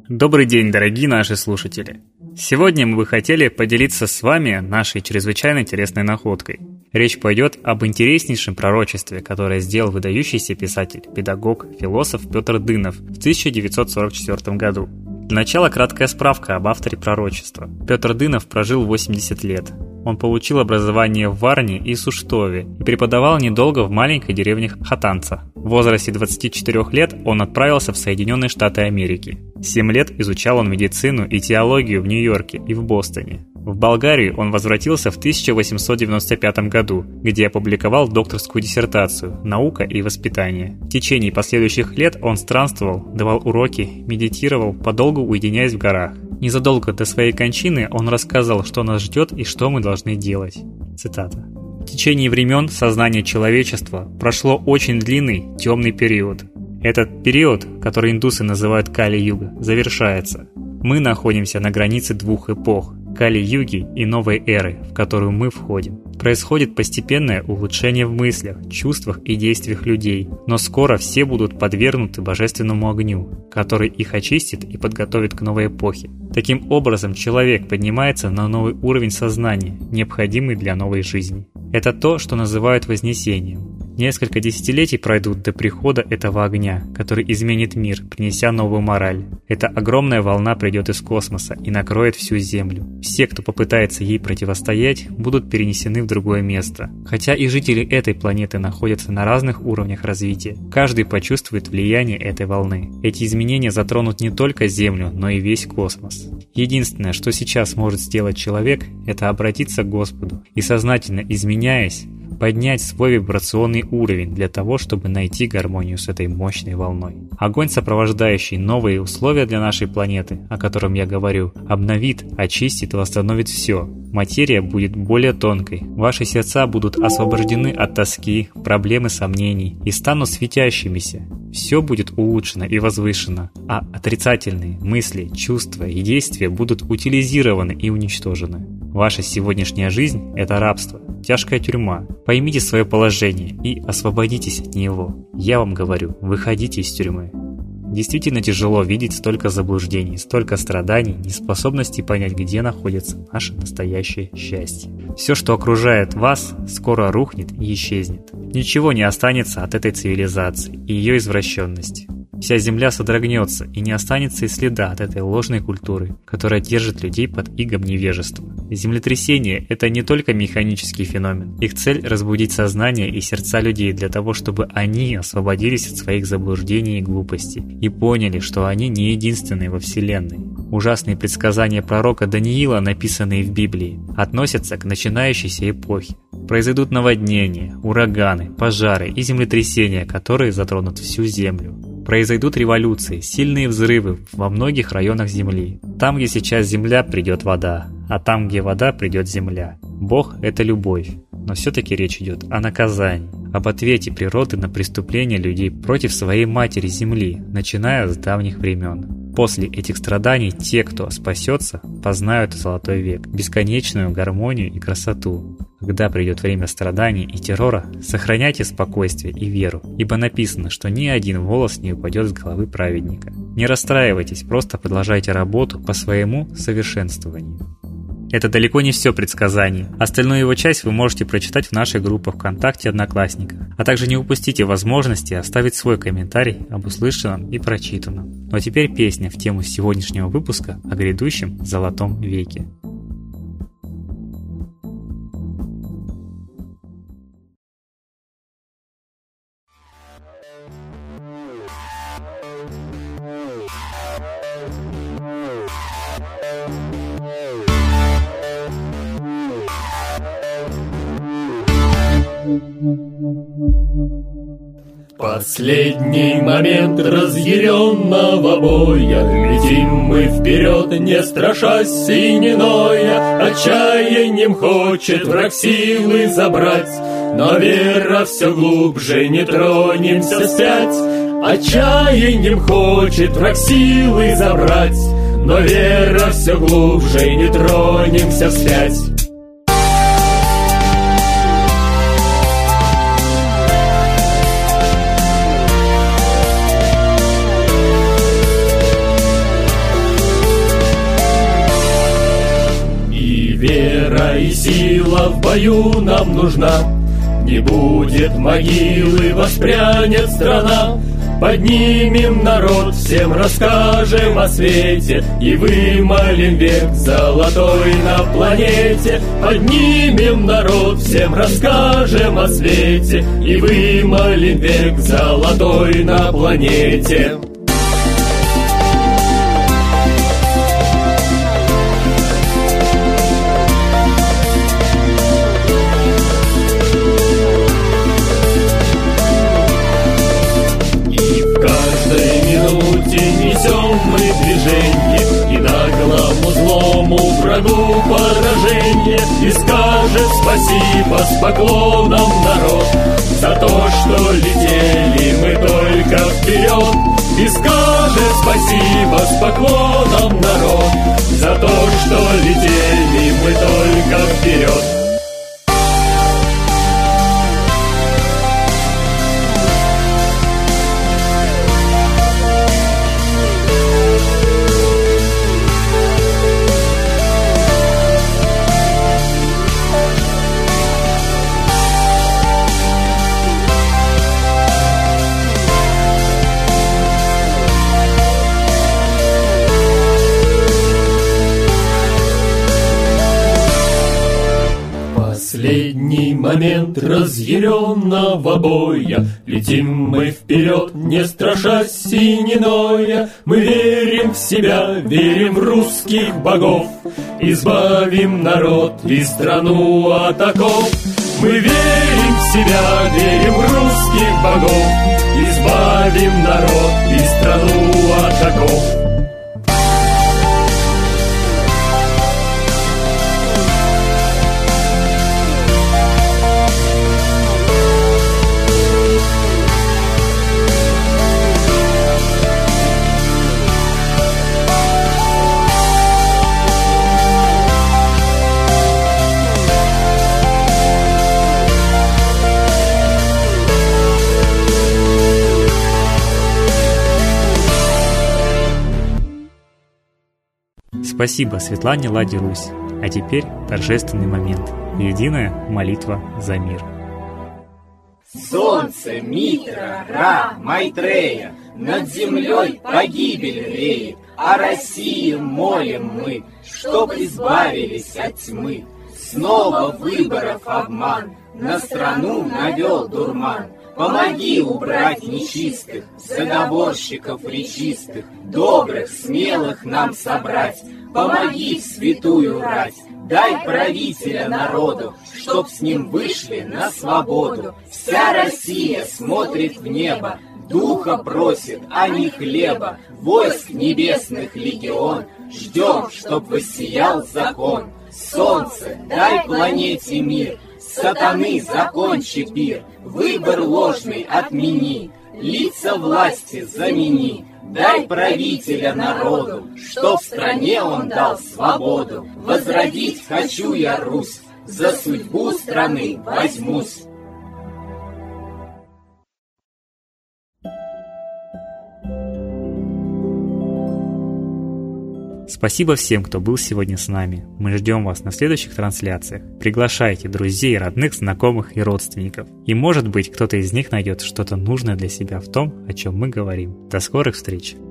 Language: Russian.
Добрый день, дорогие наши слушатели! Сегодня мы бы хотели поделиться с вами нашей чрезвычайно интересной находкой. Речь пойдет об интереснейшем пророчестве, которое сделал выдающийся писатель, педагог, философ Петр Дынов в 1944 году. Для начала краткая справка об авторе пророчества. Петр Дынов прожил 80 лет. Он получил образование в Варне и Суштове и преподавал недолго в маленькой деревне Хатанца. В возрасте 24 лет он отправился в Соединенные Штаты Америки. 7 лет изучал он медицину и теологию в Нью-Йорке и в Бостоне. В Болгарию он возвратился в 1895 году, где опубликовал докторскую диссертацию «Наука и воспитание». В течение последующих лет он странствовал, давал уроки, медитировал, подолгу уединяясь в горах. Незадолго до своей кончины он рассказал, что нас ждет и что мы должны делать. Цитата. «В течение времен сознания человечества прошло очень длинный, темный период. Этот период, который индусы называют Кали-юга, завершается. Мы находимся на границе двух эпох – Кали-юги и новой эры, в которую мы входим. Происходит постепенное улучшение в мыслях, чувствах и действиях людей, но скоро все будут подвергнуты божественному огню, который их очистит и подготовит к новой эпохе. Таким образом, человек поднимается на новый уровень сознания, необходимый для новой жизни. Это то, что называют вознесением. Несколько десятилетий пройдут до прихода этого огня, который изменит мир, принеся новую мораль. Эта огромная волна придет из космоса и накроет всю Землю. Все, кто попытается ей противостоять, будут перенесены в другое место. Хотя и жители этой планеты находятся на разных уровнях развития, каждый почувствует влияние этой волны. Эти изменения затронут не только Землю, но и весь космос. Единственное, что сейчас может сделать человек, это обратиться к Господу и, сознательно изменяясь, поднять свой вибрационный уровень для того, чтобы найти гармонию с этой мощной волной. Огонь, сопровождающий новые условия для нашей планеты, о котором я говорю, обновит, очистит и восстановит все. Материя будет более тонкой, ваши сердца будут освобождены от тоски, проблем и сомнений и станут светящимися. Все будет улучшено и возвышено, а отрицательные мысли, чувства и действия будут утилизированы и уничтожены. Ваша сегодняшняя жизнь – это рабство, тяжкая тюрьма. Поймите свое положение и освободитесь от него. Я вам говорю, выходите из тюрьмы. Действительно тяжело видеть столько заблуждений, столько страданий, неспособности понять, где находится наше настоящее счастье. Все, что окружает вас, скоро рухнет и исчезнет. Ничего не останется от этой цивилизации и ее извращенности. Вся земля содрогнется, и не останется и следа от этой ложной культуры, которая держит людей под игом невежества. Землетрясения – это не только механический феномен. Их цель – разбудить сознание и сердца людей для того, чтобы они освободились от своих заблуждений и глупостей и поняли, что они не единственные во Вселенной. Ужасные предсказания пророка Даниила, написанные в Библии, относятся к начинающейся эпохе. Произойдут наводнения, ураганы, пожары и землетрясения, которые затронут всю Землю. Произойдут революции, сильные взрывы во многих районах Земли. Там, где сейчас земля, придет вода, а там, где вода, придет земля. Бог – это любовь, но все-таки речь идет о наказании, об ответе природы на преступления людей против своей матери Земли, начиная с давних времен. После этих страданий те, кто спасется, познают золотой век, бесконечную гармонию и красоту. Когда придет время страданий и террора, сохраняйте спокойствие и веру, ибо написано, что ни один волос не упадет с головы праведника. Не расстраивайтесь, просто продолжайте работу по своему совершенствованию. Это далеко не все предсказание. Остальную его часть вы можете прочитать в нашей группе ВКонтакте «Одноклассниках». А также не упустите возможности оставить свой комментарий об услышанном и прочитанном. Ну а теперь песня в тему сегодняшнего выпуска о грядущем золотом веке. Последний момент разъяренного боя, летим мы вперед, не страшась и не ноя. Отчаянием хочет враг силы забрать, но вера все глубже, не тронемся вспять. Отчаянием хочет враг силы забрать, но вера все глубже, не тронемся вспять. и сила в бою нам нужна. Не будет могилы, воспрянет страна. Поднимем народ, всем расскажем о свете и вымолим век золотой на планете. Поднимем народ, всем расскажем о свете и вымолим век золотой на планете. Несем мы движение, и наглому злому врагу поражение. И скажет спасибо с поклоном народ за то, что летели мы только вперед. И скажет спасибо с поклоном народ за то, что летели мы только вперед. Последний момент разъяренного боя. Летим мы вперед, не страшась синеноя. Мы верим в себя, верим в русских богов. Избавим народ и страну от оков. Мы верим в себя, верим в русских богов. Избавим народ и страну от оков. Спасибо Светлане Ладе Русь. А теперь торжественный момент. Единая молитва за мир. Солнце, Митра, Ра, Майтрея, над землей погибель реет, о России молим мы, чтоб избавились от тьмы. Снова выборов обман, на страну навел дурман. Помоги убрать нечистых, заговорщиков речистых, добрых, смелых нам собрать. Помоги в святую рать, дай правителя народу, чтоб с ним вышли на свободу. Вся Россия смотрит в небо, духа просит, а не хлеба. Войск небесных легион, ждем, чтоб воссиял закон. Солнце, дай планете мир, сатаны закончи пир, выбор ложный отмени, лица власти замени. Дай правителя народу, что в стране он дал свободу. Возродить хочу я Русь, за судьбу страны возьмусь. Спасибо всем, кто был сегодня с нами. Мы ждем вас на следующих трансляциях. Приглашайте друзей, родных, знакомых и родственников. И может быть, кто-то из них найдет что-то нужное для себя в том, о чем мы говорим. До скорых встреч!